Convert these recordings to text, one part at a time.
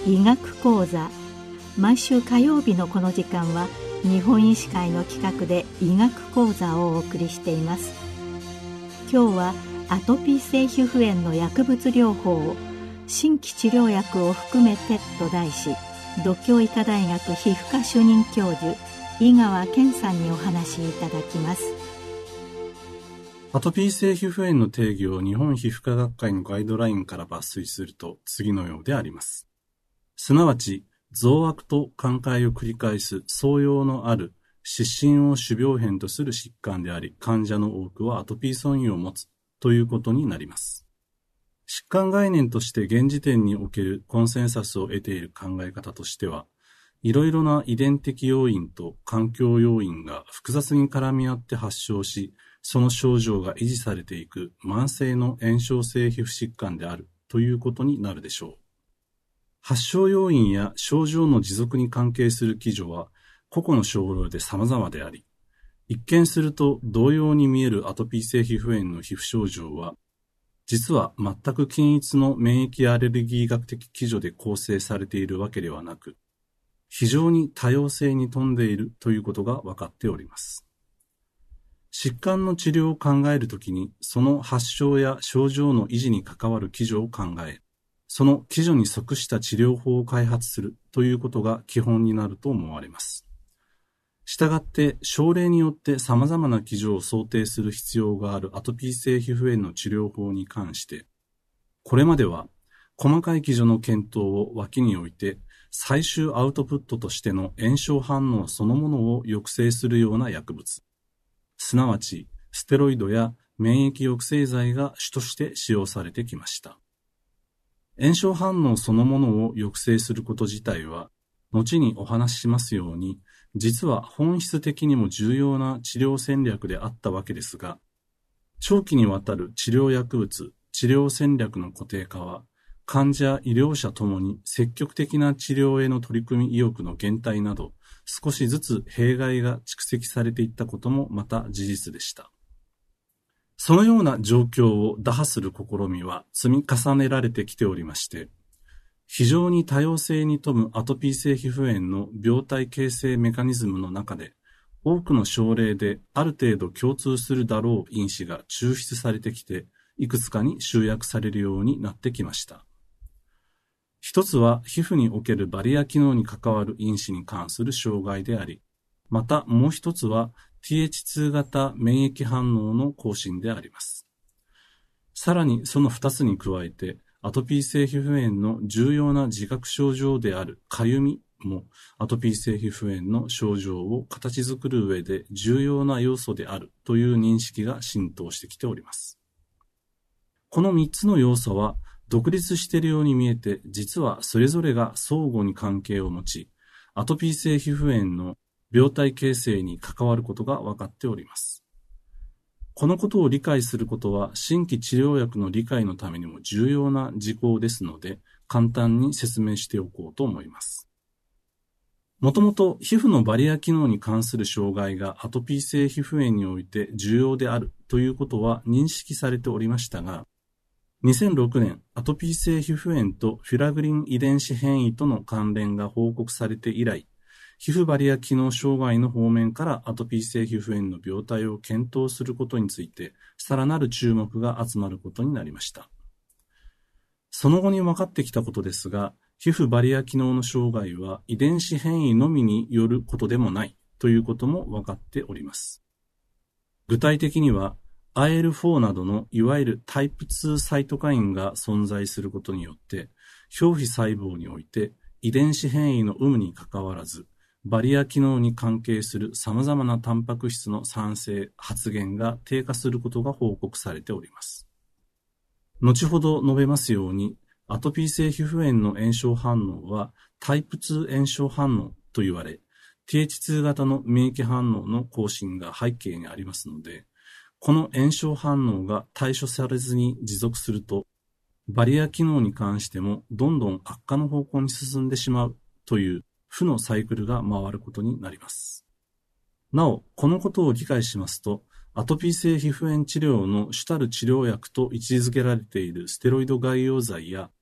医学講座。毎週火曜日のこの時間は日本医師会の企画で医学講座をお送りしています。今日はアトピー性皮膚炎の薬物療法を新規治療薬を含めてと題し、獨協医科大学皮膚科主任教授井川健さんにお話しいただきます。 アトピー性皮膚炎の定義を日本皮膚科学会のガイドラインから抜粋すると次のようであります。すなわち、増悪と寛解を繰り返す相容のある湿疹を主病変とする疾患であり、患者の多くはアトピー素因を持つということになります。疾患概念として現時点におけるコンセンサスを得ている考え方としては、いろいろな遺伝的要因と環境要因が複雑に絡み合って発症し、その症状が維持されていく慢性の炎症性皮膚疾患であるということになるでしょう。発症要因や症状の持続に関係する基準は個々の症例で様々であり、一見すると同様に見えるアトピー性皮膚炎の皮膚症状は、実は全く均一の免疫アレルギー学的基準で構成されているわけではなく、非常に多様性に富んでいるということが分かっております。疾患の治療を考えるときに、その発症や症状の維持に関わる基準を考え、その基準に即した治療法を開発するということが基本になると思われます。したがって、症例によって様々な基準を想定する必要があるアトピー性皮膚炎の治療法に関して、これまでは細かい基準の検討を脇に置いて、最終アウトプットとしての炎症反応そのものを抑制するような薬物、すなわちステロイドや免疫抑制剤が主として使用されてきました。炎症反応そのものを抑制すること自体は、後にお話ししますように、実は本質的にも重要な治療戦略であったわけですが、長期にわたる治療薬物、治療戦略の固定化は、患者、医療者ともに積極的な治療への取り組み意欲の減退など、少しずつ弊害が蓄積されていったこともまた事実でした。そのような状況を打破する試みは積み重ねられてきておりまして、非常に多様性に富むアトピー性皮膚炎の病態形成メカニズムの中で、多くの症例である程度共通するだろう因子が抽出されてきて、いくつかに集約されるようになってきました。一つは皮膚におけるバリア機能に関わる因子に関する障害であり、またもう一つは Th2 型免疫反応の更新であります。さらにその二つに加えて、アトピー性皮膚炎の重要な自覚症状であるかゆみもアトピー性皮膚炎の症状を形作る上で重要な要素であるという認識が浸透してきております。この三つの要素は独立しているように見えて、実はそれぞれが相互に関係を持ち、アトピー性皮膚炎の病態形成に関わることが分かっております。このことを理解することは新規治療薬の理解のためにも重要な事項ですので、簡単に説明しておこうと思います。もともと皮膚のバリア機能に関する障害がアトピー性皮膚炎において重要であるということは認識されておりましたが、2006年、アトピー性皮膚炎とフィラグリン遺伝子変異との関連が報告されて以来、皮膚バリア機能障害の方面からアトピー性皮膚炎の病態を検討することについて、さらなる注目が集まることになりました。その後に分かってきたことですが、皮膚バリア機能の障害は遺伝子変異のみによることでもないということも分かっております。具体的には、IL-4 などのいわゆるタイプ2サイトカインが存在することによって、表皮細胞において遺伝子変異の有無にかかわらず、バリア機能に関係する様々なタンパク質の産生・発現が低下することが報告されております。後ほど述べますように、アトピー性皮膚炎の炎症反応はタイプ2炎症反応と言われ、Th2 型の免疫反応の更新が背景にありますので、この炎症反応が対処されずに持続すると、バリア機能に関してもどんどん悪化の方向に進んでしまうという負のサイクルが回ることになります。なお、このことを理解しますと、アトピー性皮膚炎治療の主たる治療薬と位置づけられているステロイド外用剤や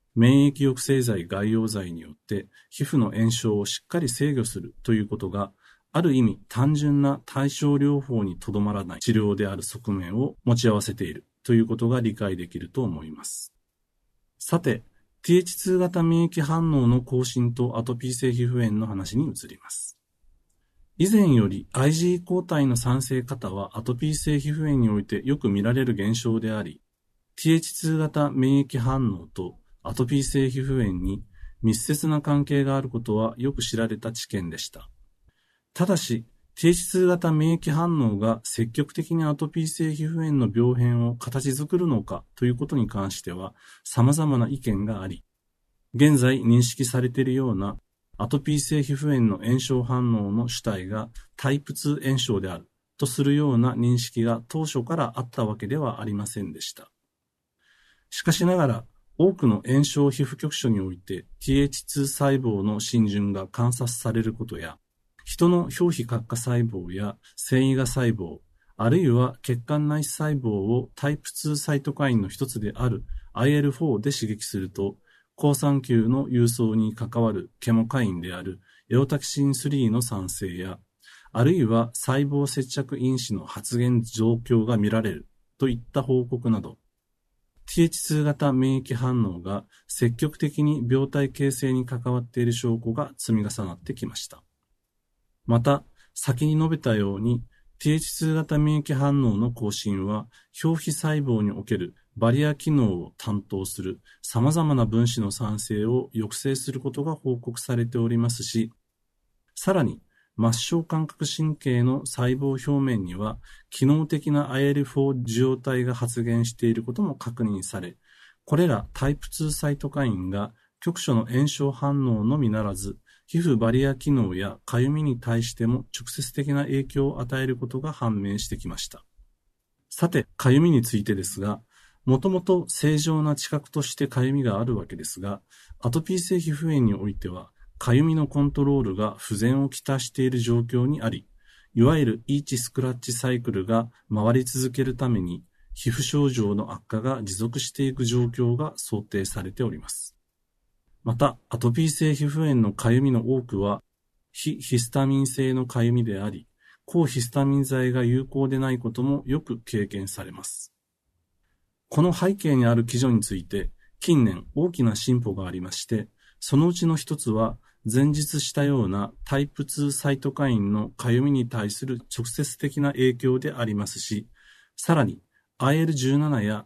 免疫抑制剤外用剤によって皮膚の炎症をしっかり制御するということが、ある意味単純な対症療法にとどまらない治療である側面を持ち合わせているということが理解できると思います。さて、Th2 型免疫反応の更新とアトピー性皮膚炎の話に移ります。以前より IgE 抗体の産生方はアトピー性皮膚炎においてよく見られる現象であり、Th2 型免疫反応とアトピー性皮膚炎に密接な関係があることはよく知られた知見でした。ただし、Th2 型免疫反応が積極的にアトピー性皮膚炎の病変を形作るのかということに関しては様々な意見があり、現在認識されているようなアトピー性皮膚炎の炎症反応の主体がタイプ2炎症であるとするような認識が当初からあったわけではありませんでした。しかしながら、多くの炎症皮膚局所において Th2 細胞の浸潤が観察されることや、人の表皮角化細胞や繊維芽細胞、あるいは血管内視細胞をタイプ2サイトカインの一つである IL4 で刺激すると、好酸球の輸送に関わるケモカインであるエオタキシン3の産生や、あるいは細胞接着因子の発現状況が見られるといった報告など、Th2 型免疫反応が積極的に病態形成に関わっている証拠が積み重なってきました。また、先に述べたように、Th2 型免疫反応の更新は、表皮細胞におけるバリア機能を担当する様々な分子の産生を抑制することが報告されておりますし、さらに、末梢感覚神経の細胞表面には、機能的な IL4 受容体が発現していることも確認され、これらタイプ2サイトカインが局所の炎症反応のみならず、皮膚バリア機能やかゆみに対しても直接的な影響を与えることが判明してきました。さて、かゆみについてですが、もともと正常な知覚としてかゆみがあるわけですが、アトピー性皮膚炎においては、かゆみのコントロールが不全をきたしている状況にあり、いわゆるイーチスクラッチサイクルが回り続けるために、皮膚症状の悪化が持続していく状況が想定されております。また、アトピー性皮膚炎のかゆみの多くは、非ヒスタミン性のかゆみであり、抗ヒスタミン剤が有効でないこともよく経験されます。この背景にある基準について、近年大きな進歩がありまして、そのうちの一つは、前述したようなタイプ2サイトカインのかゆみに対する直接的な影響でありますし、さらに IL17 や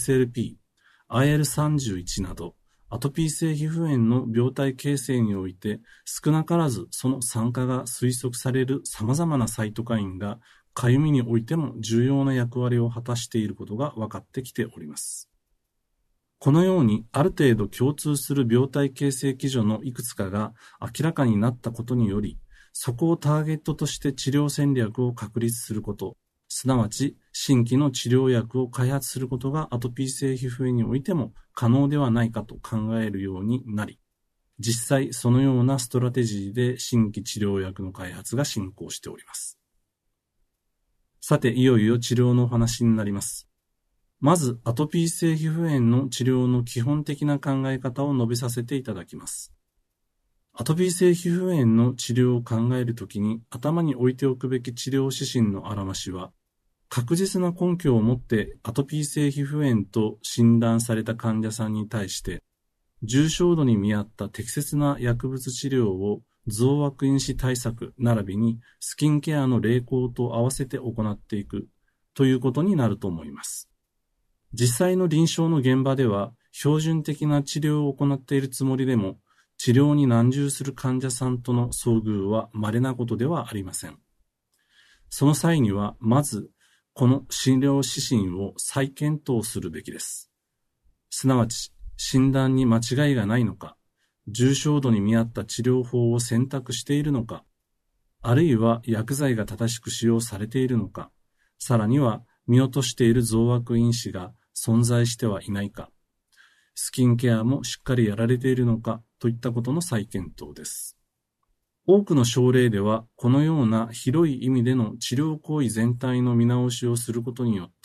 TSLP、IL31 など、アトピー性皮膚炎の病態形成において少なからずその参加が推測される様々なサイトカインがかゆみにおいても重要な役割を果たしていることが分かってきております。このようにある程度共通する病態形成基準のいくつかが明らかになったことにより、そこをターゲットとして治療戦略を確立すること、すなわち新規の治療薬を開発することがアトピー性皮膚炎においても可能ではないかと考えるようになり、実際そのようなストラテジーで新規治療薬の開発が進行しております。さて、いよいよ治療のお話になります。まず、アトピー性皮膚炎の治療の基本的な考え方を述べさせていただきます。アトピー性皮膚炎の治療を考えるときに頭に置いておくべき治療指針のあらましは、確実な根拠を持ってアトピー性皮膚炎と診断された患者さんに対して、重症度に見合った適切な薬物治療を増悪因子対策並びにスキンケアの励行と合わせて行っていくということになると思います。実際の臨床の現場では標準的な治療を行っているつもりでも治療に難渋する患者さんとの遭遇は稀なことではありません。その際にはまずこの診療指針を再検討するべきです。すなわち診断に間違いがないのか、重症度に見合った治療法を選択しているのか、あるいは薬剤が正しく使用されているのか、さらには見落としている増悪因子が存在してはいないか、スキンケアもしっかりやられているのかといったことの再検討です。多くの症例ではこのような広い意味での治療行為全体の見直しをすることによって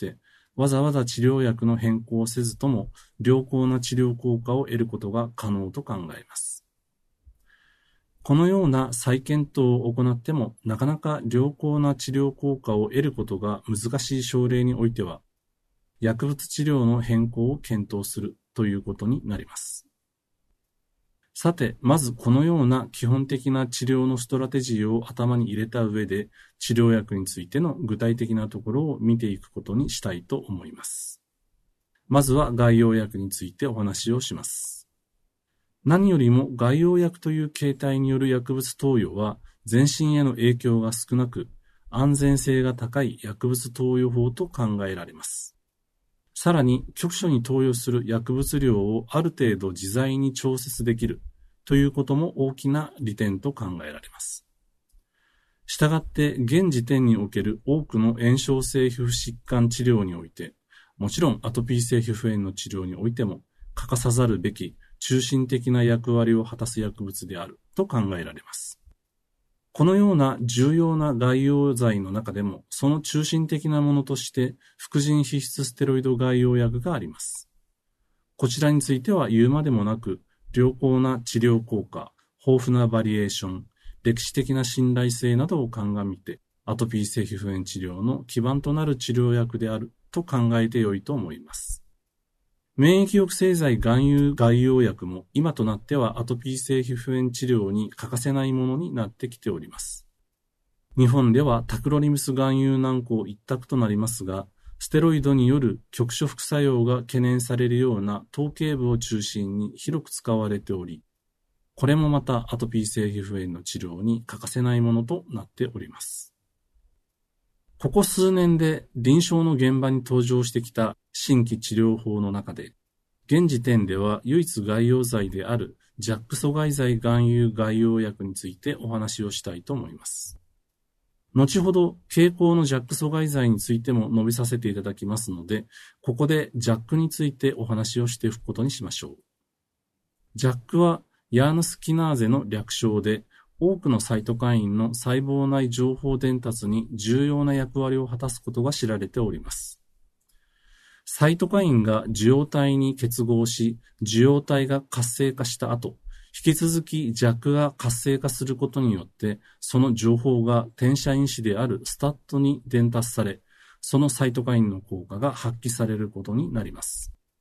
わざわざ治療薬の変更をせずとも良好な治療効果を得ることが可能と考えます。このような再検討を行ってもなかなか良好な治療効果を得ることが難しい症例においては、薬物治療の変更を検討するということになります。さて、まずこのような基本的な治療のストラテジーを頭に入れた上で、治療薬についての具体的なところを見ていくことにしたいと思います。まずは概要薬についてお話をします。何よりも概要薬という形態による薬物投与は全身への影響が少なく安全性が高い薬物投与法と考えられます。さらに局所に投与する薬物量をある程度自在に調節できるということも大きな利点と考えられます。したがって現時点における多くの炎症性皮膚疾患治療において、もちろんアトピー性皮膚炎の治療においても欠かさざるべき中心的な役割を果たす薬物であると考えられます。このような重要な外用剤の中でも、その中心的なものとして、副腎皮質ステロイド外用薬があります。こちらについては言うまでもなく、良好な治療効果、豊富なバリエーション、歴史的な信頼性などを鑑みて、アトピー性皮膚炎治療の基盤となる治療薬であると考えてよいと思います。免疫抑制剤含有外用薬も今となってはアトピー性皮膚炎治療に欠かせないものになってきております。日本ではタクロリムス含有軟膏一択となりますが、ステロイドによる局所副作用が懸念されるような頭頸部を中心に広く使われており、これもまたアトピー性皮膚炎の治療に欠かせないものとなっております。ここ数年で臨床の現場に登場してきた新規治療法の中で、現時点では唯一外用剤であるジャック阻害剤含有外用薬についてお話をしたいと思います。後ほど経口のジャック阻害剤についても述べさせていただきますので、ここでジャックについてお話をしていくことにしましょう。ジャックはヤーヌスキナーゼの略称で、多くのサイトカインの細胞内情報伝達に重要な役割を果たすことが知られております。サイトカインが受容体に結合し、受容体が活性化した後、引き続きJAKが活性化することによって、その情報が転写因子であるスタットに伝達され、そのサイトカインの効果が発揮されることになります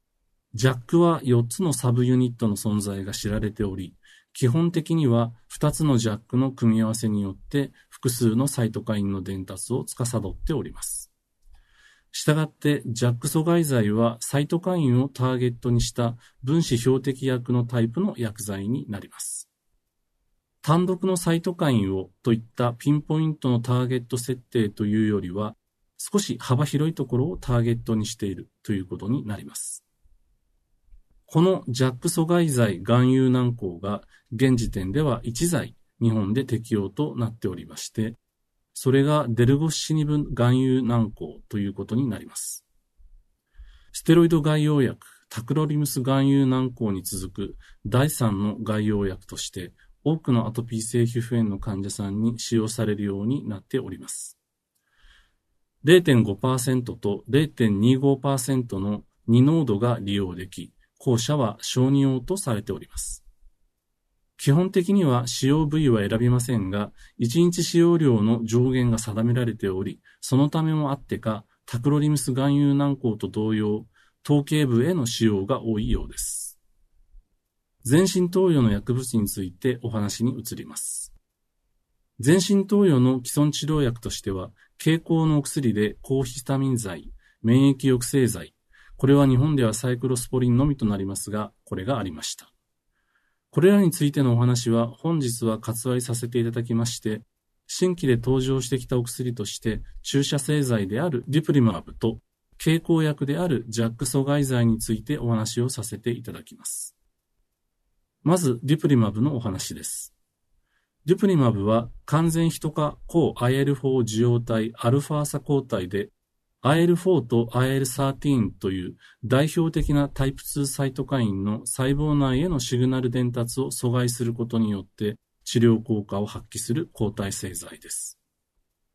。JAKは4つのサブユニットの存在が知られており、基本的には2つのJAKの組み合わせによって複数のサイトカインの伝達を司っております。したがってJAK阻害剤はサイトカインをターゲットにした分子標的薬のタイプの薬剤になります。単独のサイトカインをといったピンポイントのターゲット設定というよりは、少し幅広いところをターゲットにしているということになります。このJAK阻害剤含有軟膏が現時点では1剤日本で適用となっておりまして、それがデルゴシニブ含有軟膏ということになります。ステロイド外用薬タクロリムス含有軟膏に続く第3の外用薬として多くのアトピー性皮膚炎の患者さんに使用されるようになっております。0.5% と 0.25% の2濃度が利用でき、後者は小児用とされております。基本的には使用部位は選びませんが、1日使用量の上限が定められており、そのためもあってか、タクロリムス含有軟膏と同様、頭頸部への使用が多いようです。全身投与の薬物についてお話に移ります。全身投与の既存治療薬としては、経口のお薬で抗ヒスタミン剤、免疫抑制剤、これは日本ではサイクロスポリンのみとなりますが、これがありました。これらについてのお話は本日は割愛させていただきまして、新規で登場してきたお薬として注射製剤であるデュプリマブと経口薬であるJAK阻害剤についてお話をさせていただきます。まずデュプリマブのお話です。デュプリマブは完全ヒト化抗 IL4 受容体アルファ鎖抗体でIL4 と IL13 という代表的なタイプ2サイトカインの細胞内へのシグナル伝達を阻害することによって治療効果を発揮する抗体製剤です。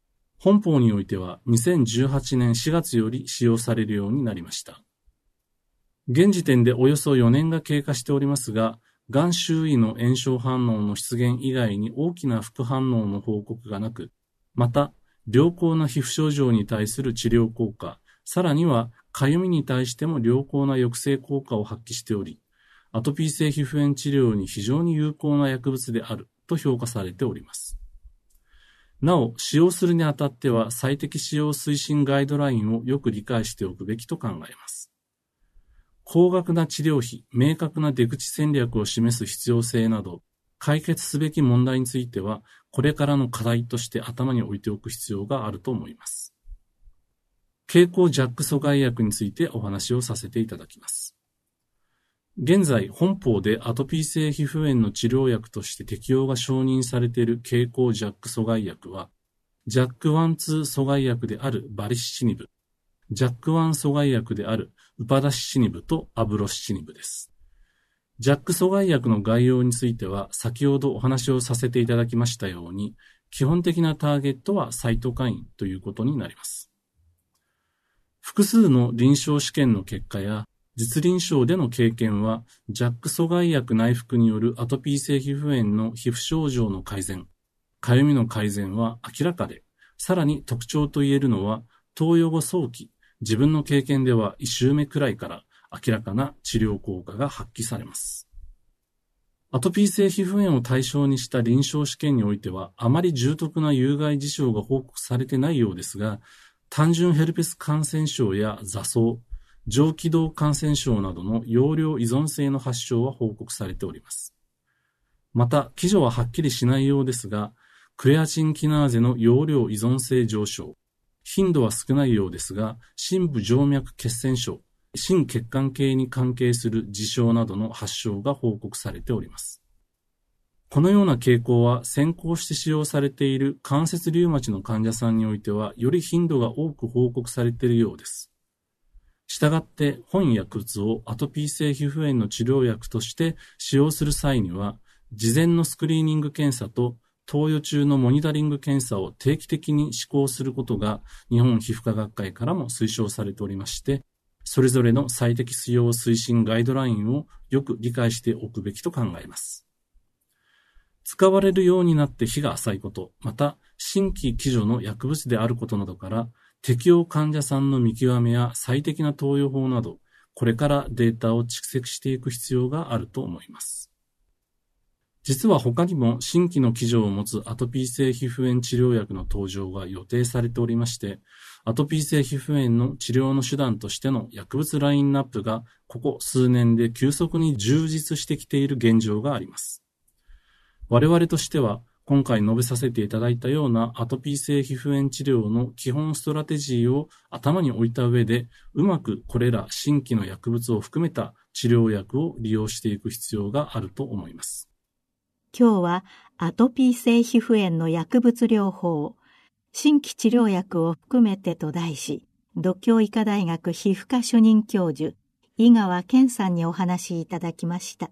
本法においては2018年4月より使用されるようになりました。現時点でおよそ4年が経過しておりますが、がん周囲の炎症反応の出現以外に大きな副反応の報告がなく、また、良好な皮膚症状に対する治療効果、さらには、かゆみに対しても良好な抑制効果を発揮しており、アトピー性皮膚炎治療に非常に有効な薬物であると評価されております。なお、使用するにあたっては最適使用推進ガイドラインをよく理解しておくべきと考えます。高額な治療費、明確な出口戦略を示す必要性など、解決すべき問題については、これからの課題として頭に置いておく必要があると思います。経口ジャック阻害薬についてお話をさせていただきます。現在、本法でアトピー性皮膚炎の治療薬として適用が承認されている経口ジャック阻害薬は、ジャック1、2阻害薬であるバリシチニブ、ジャック1阻害薬であるウパダシチニブとアブロシチニブです。ジャック阻害薬の概要については、先ほどお話をさせていただきましたように、基本的なターゲットはサイトカインということになります。複数の臨床試験の結果や、実臨床での経験は、ジャック阻害薬内服によるアトピー性皮膚炎の皮膚症状の改善、かゆみの改善は明らかで、さらに特徴と言えるのは、投与後早期、自分の経験では1週目くらいから明らかな治療効果が発揮されます。アトピー性皮膚炎を対象にした臨床試験においては、あまり重篤な有害事象が報告されてないようですが、単純ヘルペス感染症や挫創、上気道感染症などの容量依存性の発症は報告されております。また、基準ははっきりしないようですが、クレアチンキナーゼの容量依存性上昇、頻度は少ないようですが、深部静脈血栓症、心血管系に関係する事象などの発症が報告されております。このような傾向は先行して使用されている関節リウマチの患者さんにおいては、より頻度が多く報告されているようです。したがって本薬物をアトピー性皮膚炎の治療薬として使用する際には、事前のスクリーニング検査と投与中のモニタリング検査を定期的に施行することが日本皮膚科学会からも推奨されておりまして、それぞれの最適使用推進ガイドラインをよく理解しておくべきと考えます。使われるようになって日が浅いこと、また新規基準の薬物であることなどから、適用患者さんの見極めや最適な投与法など、これからデータを蓄積していく必要があると思います。実は他にも新規の基準を持つアトピー性皮膚炎治療薬の登場が予定されておりまして、アトピー性皮膚炎の治療の手段としての薬物ラインナップがここ数年で急速に充実してきている現状があります。我々としては、今回述べさせていただいたようなアトピー性皮膚炎治療の基本ストラテジーを頭に置いた上で、うまくこれら新規の薬物を含めた治療薬を利用していく必要があると思います。 今日はアトピー性皮膚炎の薬物療法、新規治療薬を含めてと題し、獨協医科大学皮膚科主任教授、井川健さんにお話しいただきました。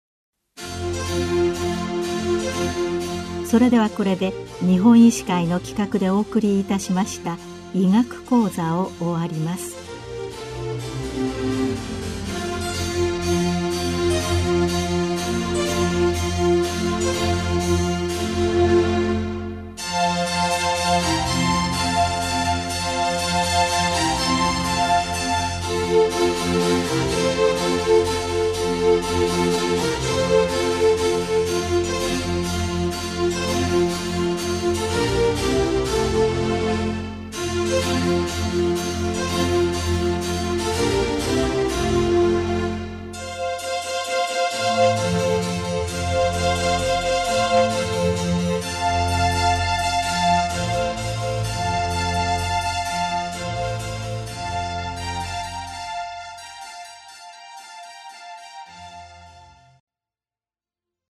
それではこれで日本医師会の企画でお送りいたしました医学講座を終わります。